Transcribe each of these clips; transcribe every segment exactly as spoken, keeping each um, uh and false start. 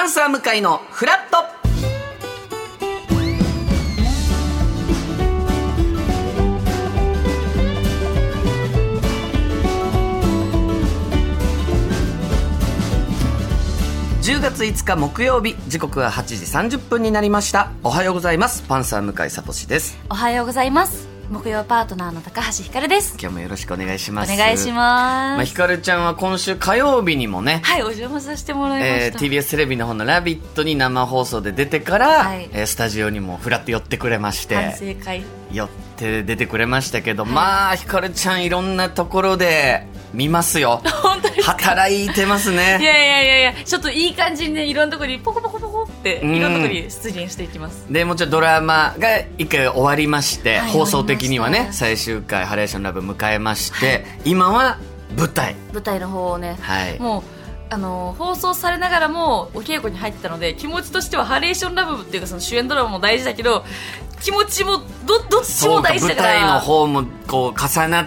パンサー向井のフラット。じゅうがついつか木曜日、時刻ははちじさんじゅっぷんになりました。おはようございます。パンサー向井聡です。 おはようございます。木曜パートナーの高橋ひかるです。 今日もよろしくお願いします。 お願いします。 まあ、ひかるちゃんは今週火曜日にもね、 はい、お邪魔させてもらいました、 えー、ティービーエス テレビの方のラビットに生放送で出てから、はい、えー、スタジオにもフラッと寄ってくれまして、 反省会寄って出てくれましたけど、はい、まあひかるちゃんいろんなところで見ますよ。 本当ですか？ 働いてますね。 いやいやいやいや、ちょっといい感じにね、いろんなところにポコポコポコっていろんなところに出現していきます。 でもちろんドラマが一回終わりまして、はい、放送的にはね最終回ハレーションラブ迎えまして、はい、今は舞台舞台の方をね、 はい、 もうあの放送されながらもお稽古に入ってたので、気持ちとしてはハレーションラブっていうかその主演ドラマも大事だけど、気持ちも ど, どっちも大事だから、 舞台の方もこう重なって。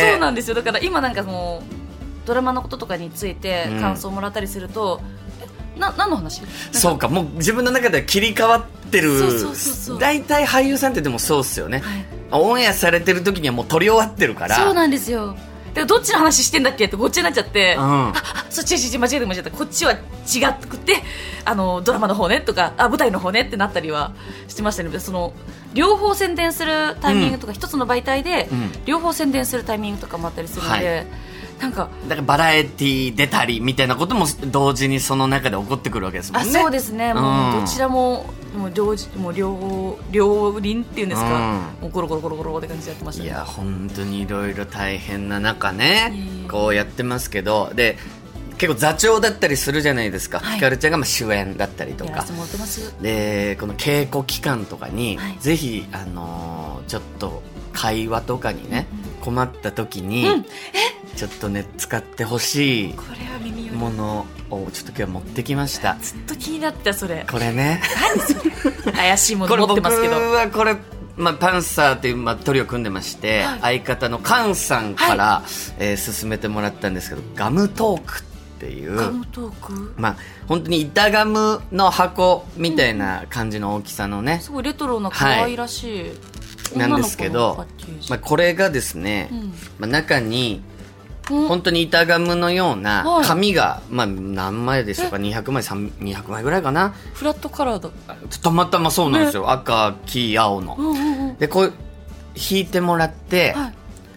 そうなんですよ。だから今なんかもうドラマのこととかについて感想をもらったりすると、うん、な何の話？ そうか、もう自分の中では切り替わってる。大体俳優さんってでもそうっすよね、はい、オンエアされてる時にはもう撮り終わってるから。 そうなんですよ。でどっちの話してんだっけってこっちになっちゃって、うん、ああそっち間違えて間違えた、こっちは違くてあのドラマの方ねとか、あ舞台の方ねってなったりはしてましたね。その両方宣伝するタイミングとか、うん、一つの媒体で両方宣伝するタイミングとかもあったりするので、はい、なんかだからバラエティ出たりみたいなことも同時にその中で起こってくるわけですもんね。 あ、そうですね、もうどちらももう両もう両両輪っていうんですか、うん、もうゴロゴロゴロゴロって感じでやってましたね。 いや本当にいろいろ大変な中ね、こうやってますけど、で結構座長だったりするじゃないですか、はい、ひかるちゃんがまあ主演だったりとかで、この稽古期間とかに、はい、ぜひ、あのー、ちょっと会話とかにね、うん、困った時に、うん、えちょっとね使ってほしいものをちょっと今日は持ってきました。 ずっと気になってたそれ。 これね何それ怪しいもの持ってますけど、 これ僕はこれ、まあ、パンサーという、まあ、トリを組んでまして、はい、相方のカンさんから、はい、えー、勧めてもらったんですけど、ガムトークっていう、 ガムトーク、 まあ、本当に板ガムの箱みたいな感じの大きさのね、うん、 すごいレトロな可愛らしい、はい、 なんですけど、まあ、これがですね、うん、まあ、中に本当に板ガムのような紙が、はい、まあ、何枚でしょうか、にひゃくまいにひゃくまいぐらいかな。 フラットカラーだ。 たまたまそうなんですよ、ね、赤黄青の、うんうんうん、でこう引いてもらって、はい、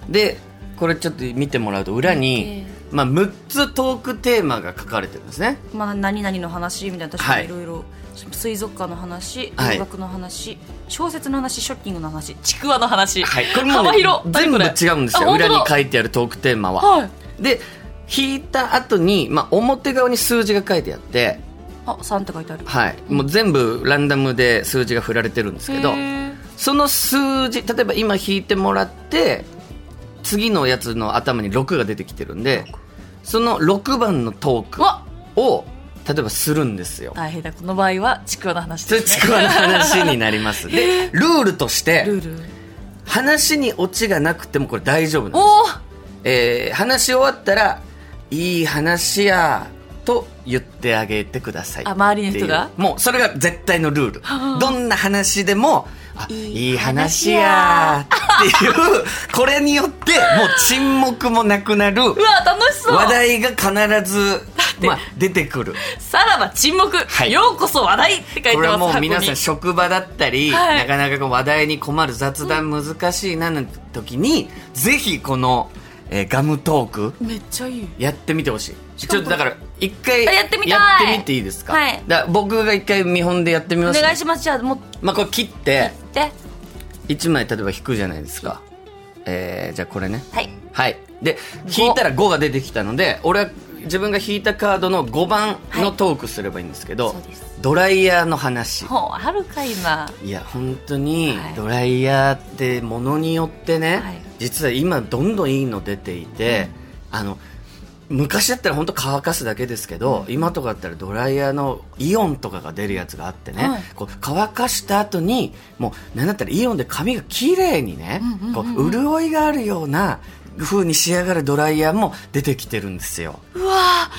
でこれちょっと見てもらうと裏に、まあ、むっつトークテーマが書かれてるんですね。 まあ、何々の話みたいな、確かにいろいろ水族館の話、洋楽の話、はい、小説の話、ショッキングの話、ちくわの話、はい、 これもう全部違うんですよ。裏に書いてあるトークテーマは、はい、で引いた後に、まあ、表側に数字が書いてあって、 あさんって書いてある、 はい、もう全部ランダムで数字が振られてるんですけど、その数字、例えば今引いてもらって次のやつの頭にろくが出てきてるんで、そのろくばんのトークを例えばするんですよ。 大変だ。この場合はちくわの話ですね。 ちくわの話になりますでルールとしてルール、話にオチがなくてもこれ大丈夫なんです。お、えー、話し終わったらいい話やと言ってあげてください。 あ、周りの人がもうそれが絶対のルールどんな話でもあいい話やっていうこれによってもう沈黙もなくなる。うわ楽しそう。 話題が必ず、まあ、出てくる。 さらば沈黙、はい、ようこそ話題って書いてます。 これはもう皆さん職場だったり、はい、なかなかこう話題に困る雑談難しいなの時に、うん、ぜひこの、えー、ガムトークめっちゃいいやってみてほしい。ちょっとだから一回やってみたい。 やってみていいですか、はい、だ僕が一回見本でやってみます、ね、 お願いします。じゃあもう、 まあ、これ切って切っていちまい例えば引くじゃないですか、えー、じゃあこれね、 はい、 はい、で引いたらごが出てきたので、俺は自分が引いたカードのごばんのトークすればいいんですけど、はい、ドライヤーの話。 ほうあるか今。 いや本当にドライヤーってものによってね、はい、実は今どんどんいいの出ていて、うん、あの昔だったら本当乾かすだけですけど、うん、今とかだったらドライヤーのイオンとかが出るやつがあってね、はい、こう乾かした後にもうなんだったらイオンで髪が綺麗にね、うんうんうんうん、こう潤いがあるような風に仕上がるドライヤーも出てきてるんですよ。 うわ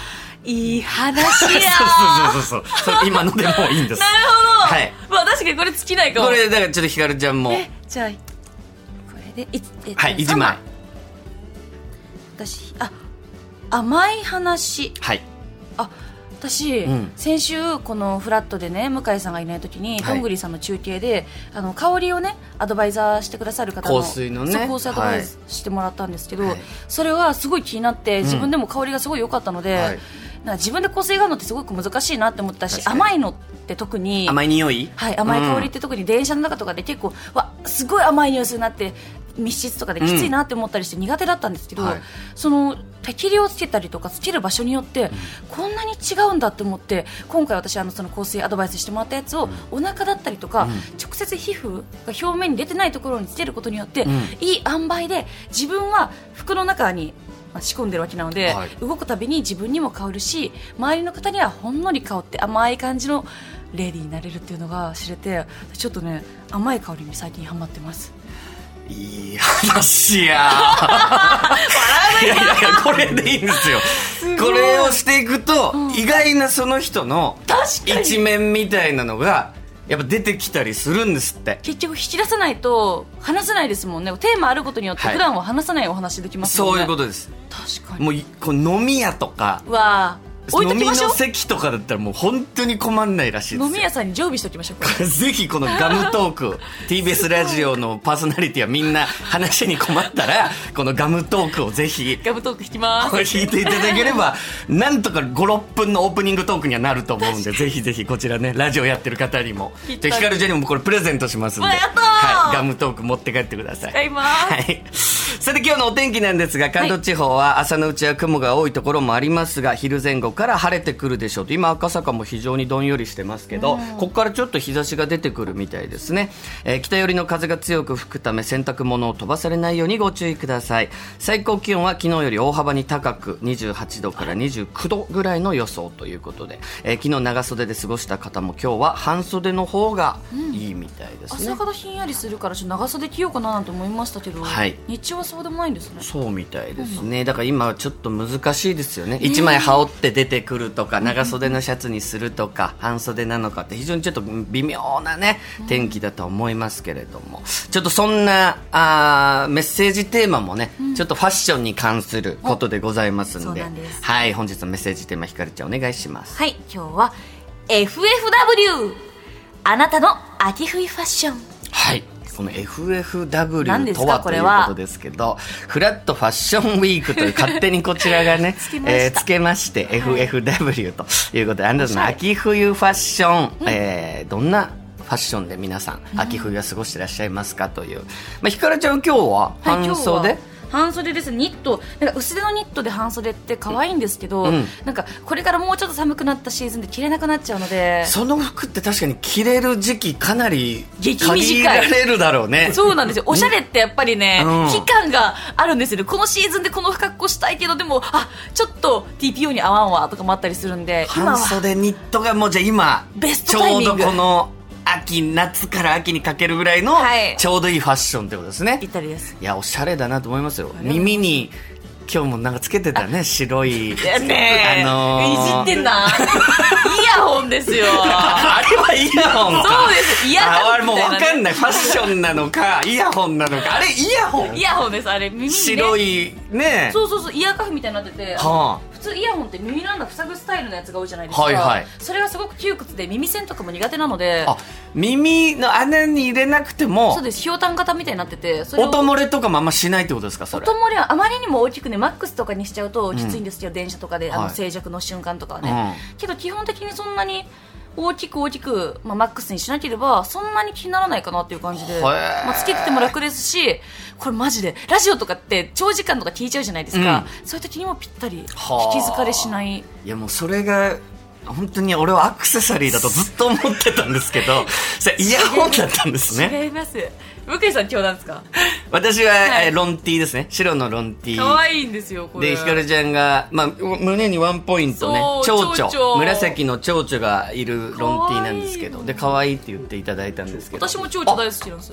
いい話やそうそうそうそうそう今のでもういいんですなるほど、 はい、 まあ、確かにこれ尽きないかも。 これだからちょっとひかるちゃんもえじゃあこれでい、えっと、 はいいちまい私あ甘い話、 はいあ私、うん、先週このフラットでね向井さんがいない時に、はい、どんぐりさんの中継であの香りをねアドバイザーしてくださる方の香水のね香水アドバイザーしてもらったんですけど、はい、それはすごい気になって自分でも香りがすごい良かったので、うんはい、なんか自分で香水があるのってすごく難しいなって思ったし甘いのって特に甘い匂い、 はい、甘い香りって特に電車の中とかで結構、うん、わすごい甘い匂いするなって密室とかできついなって思ったりして苦手だったんですけど、うんはい、その適量をつけたりとかつける場所によって、うん、こんなに違うんだって思って今回私あのその香水アドバイスしてもらったやつを、うん、お腹だったりとか、うん、直接皮膚が表面に出てないところにつけることによって、うん、いい塩梅で自分は服の中に仕込んでるわけなので、はい、動くたびに自分にも香るし周りの方にはほんのり香って甘い感じのレディーになれるっていうのが知れてちょっとね甘い香りに最近ハマってます。 いい話や笑ういやいやいやこれでいいんですよ。これをしていくと、うん、意外なその人の一面みたいなのがやっぱ出てきたりするんですって。 結局引き出さないと話せないですもんね。テーマあることによって普段は話さないお話できますもんね、 はい、そういうことです。 確かにもうこう飲み屋とかわ置いときましょう。 飲みの席とかだったらもう本当に困んないらしいですよ。 飲み屋さんに常備しておきましょう。 ぜひこのガムトークティービーエス ラジオのパーソナリティはみんな話に困ったらこのガムトークをぜひガムトーク弾きます。 弾いていただければなんとかご、ろっぷんのオープニングトークにはなると思うんでぜひぜひこちらねラジオやってる方にもひかるちゃんにもこれプレゼントしますんで、はい、ガムトーク持って帰ってください。 使います、 はい、さて今日のお天気なんですが関東地方は朝のうちは雲が多いところもありますが昼前後から晴れてくるでしょうと。今赤坂も非常にどんよりしてますけど、うん、ここからちょっと日差しが出てくるみたいですね、えー、北寄りの風が強く吹くため洗濯物を飛ばされないようにご注意ください。最高気温は昨日より大幅に高くにじゅうはちどからにじゅうきゅうどぐらいの予想ということで、えー、昨日長袖で過ごした方も今日は半袖の方がいいみたいですね、 うん、朝からひんやりするからちょっと長袖着ようかななんて思いましたけど、はい、日中はそうでもないんですね。 そうみたいですね、うん、だから今はちょっと難しいですよね。いちまい羽織って出てくるとか、長袖のシャツにするとか半袖なのかって非常にちょっと微妙なね天気だと思いますけれども、ちょっとそんなあメッセージテーマもね、うん、ちょっとファッションに関することでございますんで、 そうなんです。 はい、本日のメッセージテーマひかるちゃんお願いします。 はい、今日は エフエフダブリュー あなたの秋冬ファッション。 はい、この エフエフダブリュー とはということですけど、フラットファッションウィークという勝手にこちらがねつけま、えー、つけまして、はい、エフエフダブリュー ということで、あなたの秋冬ファッション、うん、えー、どんなファッションで皆さん秋冬は過ごしてらっしゃいますかという、まあ、ひかるちゃん今日は半袖、はい、 半袖です。ニットなんか薄手のニットで半袖って可愛いんですけど、うん、なんかこれからもうちょっと寒くなったシーズンで着れなくなっちゃうので、 その服って確かに着れる時期かなり限られるだろうね。 そうなんですよ。おしゃれってやっぱりね、うん、期間があるんですよ。このシーズンでこの格好したいけどでもあちょっと ティーピーオー に合わんわとかもあったりするんで、 半袖ニットがもうじゃあ今ベストタイミング、 ちょうどこの秋夏から秋にかけるぐらいのちょうどいいファッションってことですね。 ぴったりです。 いやおしゃれだなと思いますよ。耳に今日もなんかつけてたね、白い、 ね、あのー、いじってんなイヤホンですよあれはイヤホンか。 そうです、イヤホンみたいな、ね、 あれもう分かんない、ファッションなのかイヤホンなのか、あれイヤホン、 イヤホンです。あれ耳に、ね、 白いね、 そうそうそう、イヤーカフみたいになってて、はあ、普通イヤホンって耳の穴塞ぐスタイルのやつが多いじゃないですか、はいはい、それがすごく窮屈で耳栓とかも苦手なので、 あ、耳の穴に入れなくても、 そうです、ひょうたん型みたいになってて、 それ音漏れとかもあんましないってことですか。それ音漏れはあまりにも大きくね、マックスとかにしちゃうときついんですよ、うん、電車とかであの静寂の瞬間とかはね、はい、けど基本的にそんなに大きく大きく、まあ、マックスにしなければそんなに気にならないかなっていう感じで、まあ、つけてても楽ですし、これマジでラジオとかって長時間とか聞いちゃうじゃないですか、うん、そういう時にもぴったり、引き疲れしない。 いやもうそれが本当に俺はアクセサリーだとずっと思ってたんですけどそれイヤホンだったんですね。 違います。向井さん今日なんですか。 私は、はい、ロンティーですね。白のロンティー可愛いんですよこれで、ひかるちゃんが、まあ、胸にワンポイントね、蝶々、紫の蝶々がいるロンティーなんですけど、で可愛いって言っていただいたんですけど、 私も蝶々大好きなんですよ。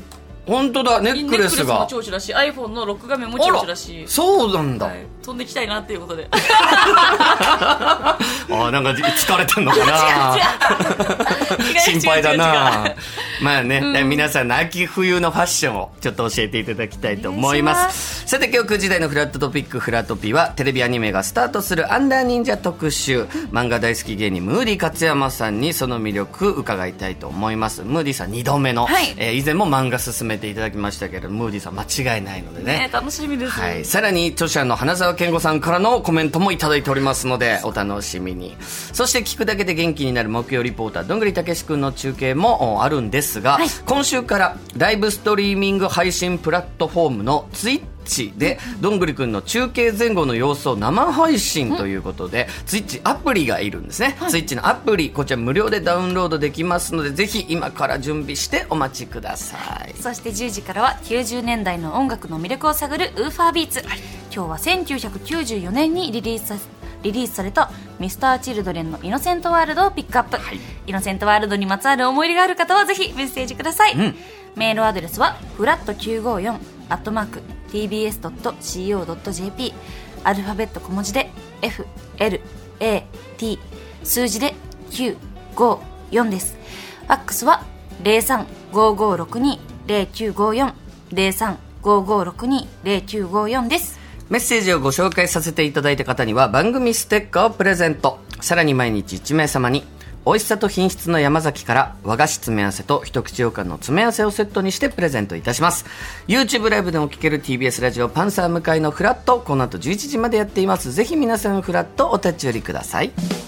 本当だ、ネックレスが。ネックレスも長寿だし、 iPhone のロック画面も長寿だし。 そうなんだ、 はい、飛んできたいなっていうことであー、なんか疲れてんのかな心配だな。まあね、うん、皆さんの秋冬のファッションをちょっと教えていただきたいと思います。ますさて今日くじ台のフラットトピックフラトピは、テレビアニメがスタートするアンダー忍者特集、うん、漫画大好き芸人ムーディ勝山さんにその魅力伺いたいと思います。ムーディさんにどめの、はい、えー、以前も漫画進めていただきましたけど、ムーディさん間違いないので ね, ね楽しみです、 はい、さらに著者の花澤健吾さんからのコメントもいただいておりますのでお楽しみに。そして聞くだけで元気になる木曜リポーターどんぐりたけし君の中継もあるんですが、はい、今週からライブストリーミング配信プラットフォームのツイッでどんぐりくんの中継前後の様子を生配信ということで、ツイッチアプリがいるんですね、はい、ツイッチのアプリ、こちら無料でダウンロードできますので、ぜひ今から準備してお待ちください。 そしてじゅうじからはきゅうじゅうねんだいの音楽の魅力を探るウーファービーツ、はい、今日はせんきゅうひゃくきゅうじゅうよねんにリリースさリリースされたミスターチルドレンのイノセントワールドをピックアップ、はい、イノセントワールドにまつわる思い出がある方はぜひメッセージください、うん、メールアドレスはフラットきゅうごよんアットマーク ティービーエスドットシーオードットジェーピー アルファベット小文字で エフエルエーティー 数字できゅうごよんです。ファックスは ゼロさんごーごーろくにーゼロきゅうごよん ゼロさんごーごーろくにーゼロきゅうごよんです。 メッセージをご紹介させていただいた方には番組ステッカーをプレゼント。さらに毎日いちめい様に美味しさと品質の山崎から和菓子詰め合わせと一口羊羹の詰め合わせをセットにしてプレゼントいたします。 YouTube ライブでも聴ける ティービーエス ラジオパンサー向かいのフラット、この後じゅういちじまでやっています。ぜひ皆さんフラットお立ち寄りください。 ティービー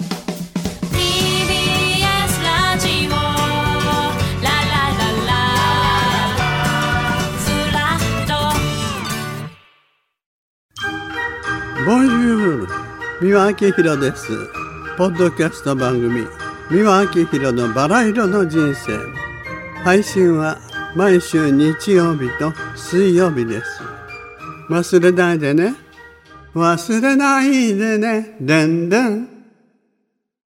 エス ラジオララララフラット。ボンジュール、三輪明宏です。ポッドキャスト番組三輪明宏のバラ色の人生、配信は毎週日曜日と水曜日です。忘れないでね、忘れないでね、でんでん。